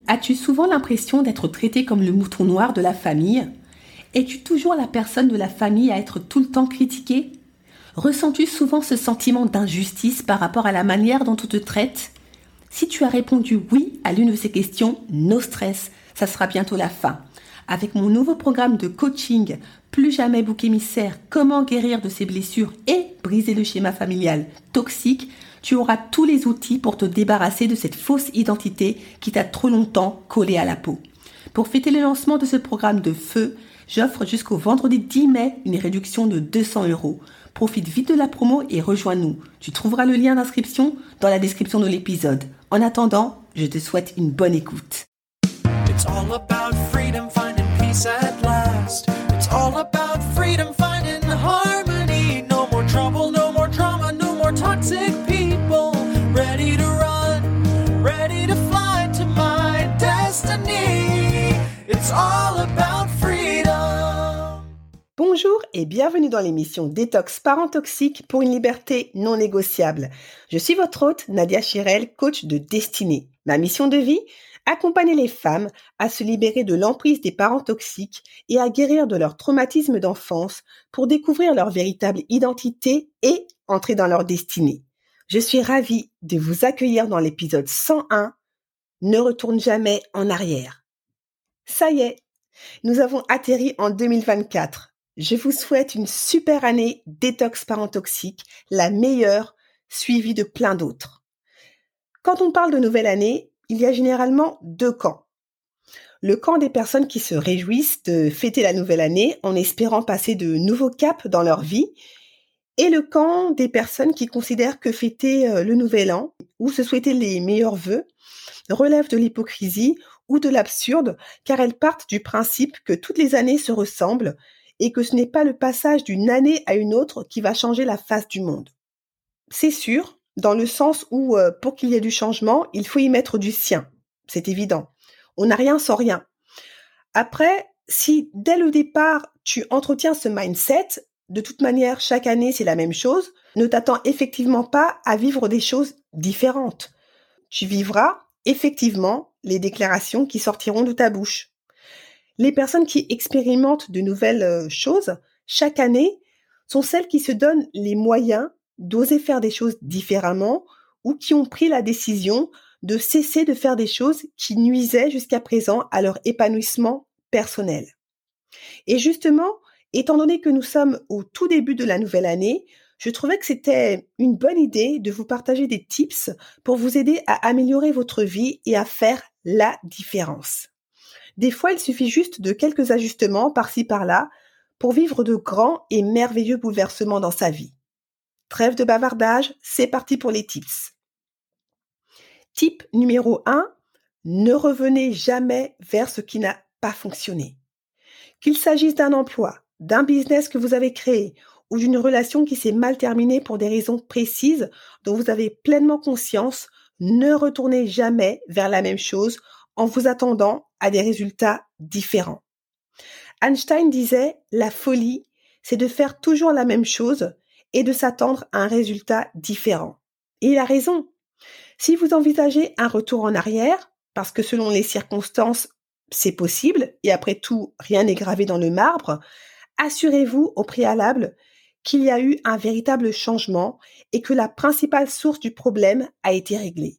As-tu souvent l'impression d'être traité comme le mouton noir de la famille? Es-tu toujours la personne de la famille à être tout le temps critiquée? Ressens-tu souvent ce sentiment d'injustice par rapport à la manière dont on te traite? Si tu as répondu oui à l'une de ces questions, no stress, ça sera bientôt la fin. Avec mon nouveau programme de coaching, Plus jamais bouc émissaire, comment guérir de ses blessures et briser le schéma familial toxique, tu auras tous les outils pour te débarrasser de cette fausse identité qui t'a trop longtemps collé à la peau. Pour fêter le lancement de ce programme de feu, j'offre jusqu'au vendredi 10 mai une réduction de 200 €. Profite vite de la promo et rejoins-nous. Tu trouveras le lien d'inscription dans la description de l'épisode. En attendant, je te souhaite une bonne écoute. It's all about freedom, finding peace at last. It's all about freedom, finding harmony. No more trouble, no more drama, no more toxic people. Ready to run, ready to fly to my destiny. It's all about freedom. Bonjour et bienvenue dans l'émission Détox Parents Toxiques pour une liberté non négociable. Je suis votre hôte Nadia Chirel, coach de destinée. Ma mission de vie ? Accompagner les femmes à se libérer de l'emprise des parents toxiques et à guérir de leur traumatisme d'enfance pour découvrir leur véritable identité et entrer dans leur destinée. Je suis ravie de vous accueillir dans l'épisode 101 « Ne retourne jamais en arrière ». Ça y est, nous avons atterri en 2024. Je vous souhaite une super année détox parents toxiques, la meilleure, suivie de plein d'autres. Quand on parle de nouvelle année, il y a généralement deux camps. Le camp des personnes qui se réjouissent de fêter la nouvelle année en espérant passer de nouveaux caps dans leur vie et le camp des personnes qui considèrent que fêter le nouvel an ou se souhaiter les meilleurs vœux relève de l'hypocrisie ou de l'absurde car elles partent du principe que toutes les années se ressemblent et que ce n'est pas le passage d'une année à une autre qui va changer la face du monde. C'est sûr, dans le sens où, pour qu'il y ait du changement, il faut y mettre du sien. C'est évident. On n'a rien sans rien. Après, si dès le départ, tu entretiens ce mindset, de toute manière, chaque année, c'est la même chose, ne t'attends effectivement pas à vivre des choses différentes. Tu vivras, effectivement, les déclarations qui sortiront de ta bouche. Les personnes qui expérimentent de nouvelles choses, chaque année, sont celles qui se donnent les moyens d'oser faire des choses différemment ou qui ont pris la décision de cesser de faire des choses qui nuisaient jusqu'à présent à leur épanouissement personnel. Et justement, étant donné que nous sommes au tout début de la nouvelle année, je trouvais que c'était une bonne idée de vous partager des tips pour vous aider à améliorer votre vie et à faire la différence. Des fois, il suffit juste de quelques ajustements par-ci par-là pour vivre de grands et merveilleux bouleversements dans sa vie. Trêve de bavardage, c'est parti pour les tips. Tip numéro 1, ne revenez jamais vers ce qui n'a pas fonctionné. Qu'il s'agisse d'un emploi, d'un business que vous avez créé ou d'une relation qui s'est mal terminée pour des raisons précises dont vous avez pleinement conscience, ne retournez jamais vers la même chose en vous attendant à des résultats différents. Einstein disait « La folie, c'est de faire toujours la même chose et de s'attendre à un résultat différent. » Et il a raison. Si vous envisagez un retour en arrière, parce que selon les circonstances, c'est possible, et après tout, rien n'est gravé dans le marbre, assurez-vous au préalable qu'il y a eu un véritable changement et que la principale source du problème a été réglée.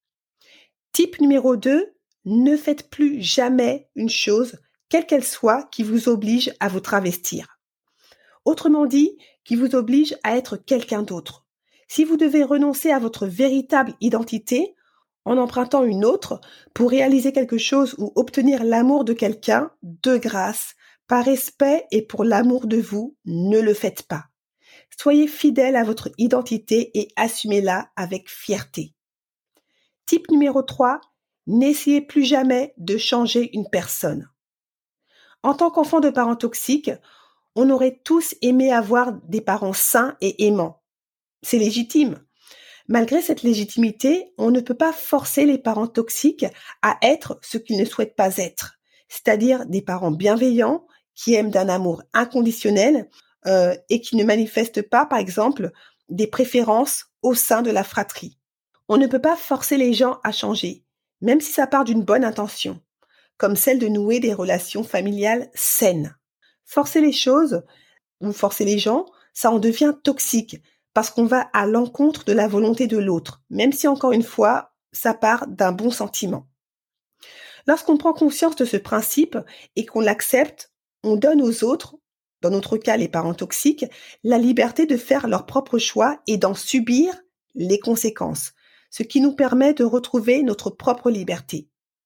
Tip numéro 2, ne faites plus jamais une chose, quelle qu'elle soit, qui vous oblige à vous travestir. Autrement dit, qui vous oblige à être quelqu'un d'autre. Si vous devez renoncer à votre véritable identité en empruntant une autre pour réaliser quelque chose ou obtenir l'amour de quelqu'un, de grâce, par respect et pour l'amour de vous, ne le faites pas. Soyez fidèle à votre identité et assumez-la avec fierté. Tip numéro 3, n'essayez plus jamais de changer une personne. En tant qu'enfant de parents toxiques, on aurait tous aimé avoir des parents sains et aimants. C'est légitime. Malgré cette légitimité, on ne peut pas forcer les parents toxiques à être ce qu'ils ne souhaitent pas être, c'est-à-dire des parents bienveillants qui aiment d'un amour inconditionnel et qui ne manifestent pas, par exemple, des préférences au sein de la fratrie. On ne peut pas forcer les gens à changer, même si ça part d'une bonne intention, comme celle de nouer des relations familiales saines. Forcer les choses ou forcer les gens, ça en devient toxique parce qu'on va à l'encontre de la volonté de l'autre, même si encore une fois, ça part d'un bon sentiment. Lorsqu'on prend conscience de ce principe et qu'on l'accepte, on donne aux autres, dans notre cas les parents toxiques, la liberté de faire leurs propres choix et d'en subir les conséquences, ce qui nous permet de retrouver notre propre liberté.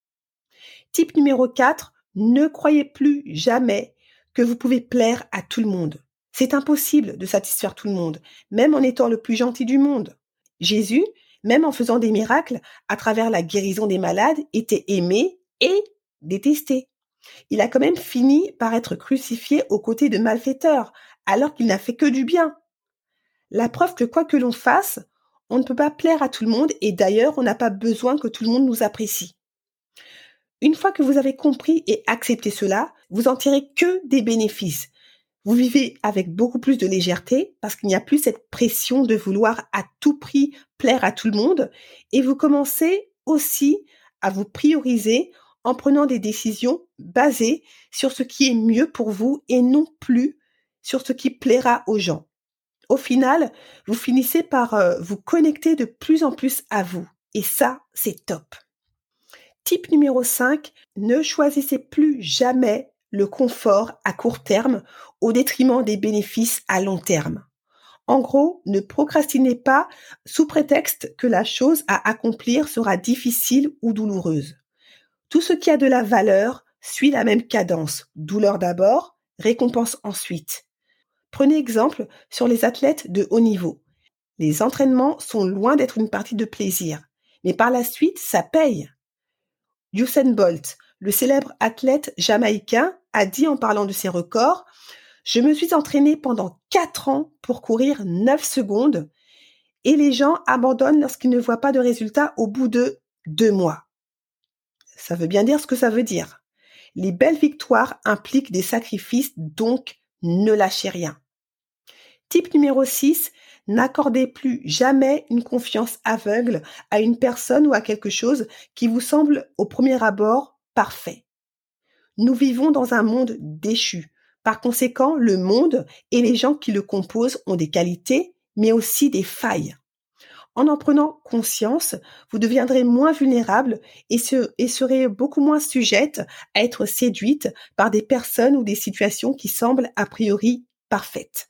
Type numéro 4, ne croyez plus jamais que vous pouvez plaire à tout le monde. C'est impossible de satisfaire tout le monde, même en étant le plus gentil du monde. Jésus, même en faisant des miracles à travers la guérison des malades, était aimé et détesté. Il a quand même fini par être crucifié aux côtés de malfaiteurs, alors qu'il n'a fait que du bien. La preuve que quoi que l'on fasse, on ne peut pas plaire à tout le monde et d'ailleurs, on n'a pas besoin que tout le monde nous apprécie. Une fois que vous avez compris et accepté cela, vous en tirez que des bénéfices. Vous vivez avec beaucoup plus de légèreté parce qu'il n'y a plus cette pression de vouloir à tout prix plaire à tout le monde et vous commencez aussi à vous prioriser en prenant des décisions basées sur ce qui est mieux pour vous et non plus sur ce qui plaira aux gens. Au final, vous finissez par vous connecter de plus en plus à vous et ça, c'est top. Type numéro 5, ne choisissez plus jamais le confort à court terme au détriment des bénéfices à long terme. En gros, ne procrastinez pas sous prétexte que la chose à accomplir sera difficile ou douloureuse. Tout ce qui a de la valeur suit la même cadence. Douleur d'abord, récompense ensuite. Prenez exemple sur les athlètes de haut niveau. Les entraînements sont loin d'être une partie de plaisir, mais par la suite, ça paye. Usain Bolt, le célèbre athlète jamaïcain, a dit en parlant de ses records « Je me suis entraîné pendant 4 ans pour courir 9 secondes et les gens abandonnent lorsqu'ils ne voient pas de résultat au bout de 2 mois. » Ça veut bien dire ce que ça veut dire. Les belles victoires impliquent des sacrifices, donc ne lâchez rien. Type numéro 6, n'accordez plus jamais une confiance aveugle à une personne ou à quelque chose qui vous semble au premier abord parfait. Nous vivons dans un monde déchu. Par conséquent, le monde et les gens qui le composent ont des qualités, mais aussi des failles. En prenant conscience, vous deviendrez moins vulnérable et serez beaucoup moins sujette à être séduite par des personnes ou des situations qui semblent a priori parfaites.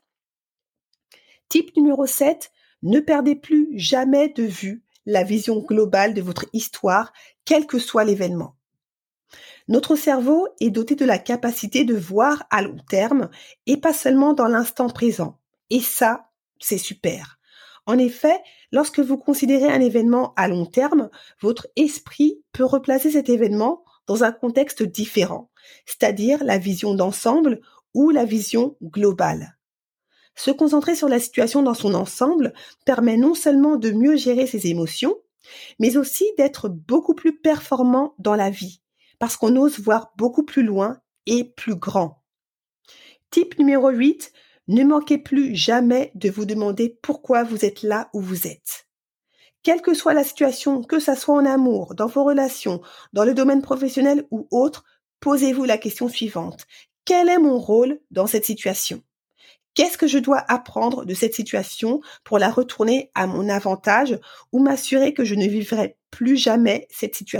Type numéro 7, ne perdez plus jamais de vue la vision globale de votre histoire, quel que soit l'événement. Notre cerveau est doté de la capacité de voir à long terme et pas seulement dans l'instant présent. Et ça, c'est super. En effet, lorsque vous considérez un événement à long terme, votre esprit peut replacer cet événement dans un contexte différent, c'est-à-dire la vision d'ensemble ou la vision globale. Se concentrer sur la situation dans son ensemble permet non seulement de mieux gérer ses émotions, mais aussi d'être beaucoup plus performant dans la vie, parce qu'on ose voir beaucoup plus loin et plus grand. Type numéro 8, ne manquez plus jamais de vous demander pourquoi vous êtes là où vous êtes. Quelle que soit la situation, que ça soit en amour, dans vos relations, dans le domaine professionnel ou autre, posez-vous la question suivante. Quel est mon rôle dans cette situation ? Qu'est-ce que je dois apprendre de cette situation pour la retourner à mon avantage ou m'assurer que je ne vivrai plus jamais cette situation ?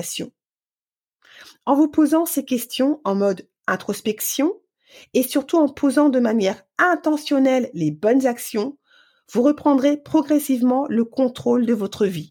En vous posant ces questions en mode introspection et surtout en posant de manière intentionnelle les bonnes actions, vous reprendrez progressivement le contrôle de votre vie.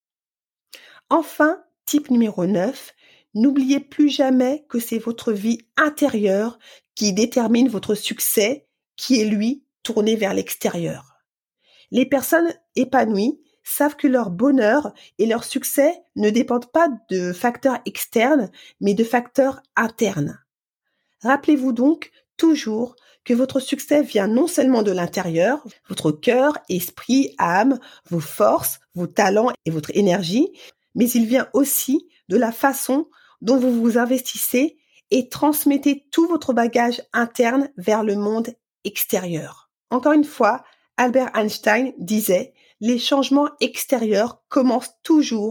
Enfin, type numéro 9, n'oubliez plus jamais que c'est votre vie intérieure qui détermine votre succès, qui est lui tourné vers l'extérieur. Les personnes épanouies savent que leur bonheur et leur succès ne dépendent pas de facteurs externes, mais de facteurs internes. Rappelez-vous donc toujours que votre succès vient non seulement de l'intérieur, votre cœur, esprit, âme, vos forces, vos talents et votre énergie, mais il vient aussi de la façon dont vous vous investissez et transmettez tout votre bagage interne vers le monde extérieur. Encore une fois, Albert Einstein disait « Les changements extérieurs commencent toujours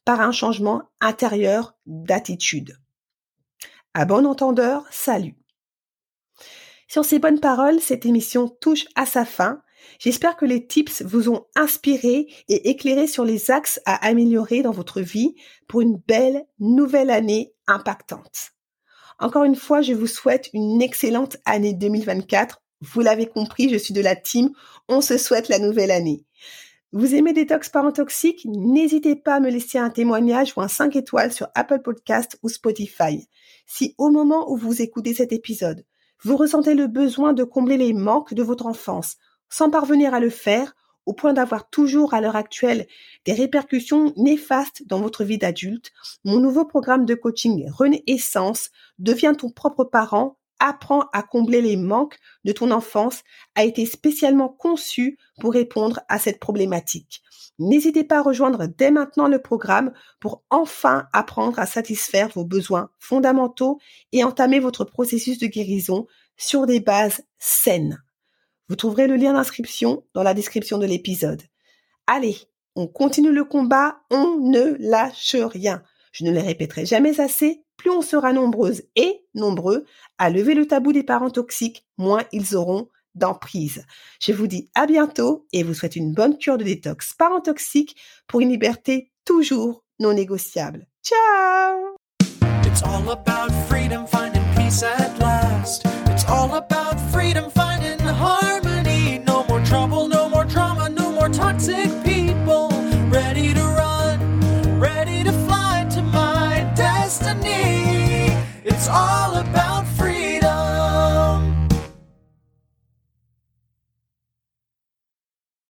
par un changement intérieur d'attitude. À bon entendeur, salut. Sur ces bonnes paroles, cette émission touche à sa fin. J'espère que les tips vous ont inspiré et éclairé sur les axes à améliorer dans votre vie pour une belle nouvelle année impactante. Encore une fois, je vous souhaite une excellente année 2024. Vous l'avez compris, je suis de la team On se souhaite la nouvelle année. Vous aimez Détox Parents Toxiques? N'hésitez pas à me laisser un témoignage ou un 5 étoiles sur Apple Podcast ou Spotify. Si au moment où vous écoutez cet épisode, vous ressentez le besoin de combler les manques de votre enfance sans parvenir à le faire, au point d'avoir toujours à l'heure actuelle des répercussions néfastes dans votre vie d'adulte, mon nouveau programme de coaching Renaissance, Deviens ton propre parent, apprends à combler les manques de ton enfance, a été spécialement conçu pour répondre à cette problématique. N'hésitez pas à rejoindre dès maintenant le programme pour enfin apprendre à satisfaire vos besoins fondamentaux et entamer votre processus de guérison sur des bases saines. Vous trouverez le lien d'inscription dans la description de l'épisode. Allez, on continue le combat, on ne lâche rien. Je ne le répéterai jamais assez, plus on sera nombreuses et nombreux à lever le tabou des parents toxiques, moins ils auront d'emprise. Je vous dis à bientôt et vous souhaite une bonne cure de détox parents toxiques pour une liberté toujours non négociable. Ciao! It's all about freedom, finding peace at last. It's all about freedom, finding harmony. No more trouble, no more drama, no more toxic people. Ready to run, ready to fly to my destiny. It's all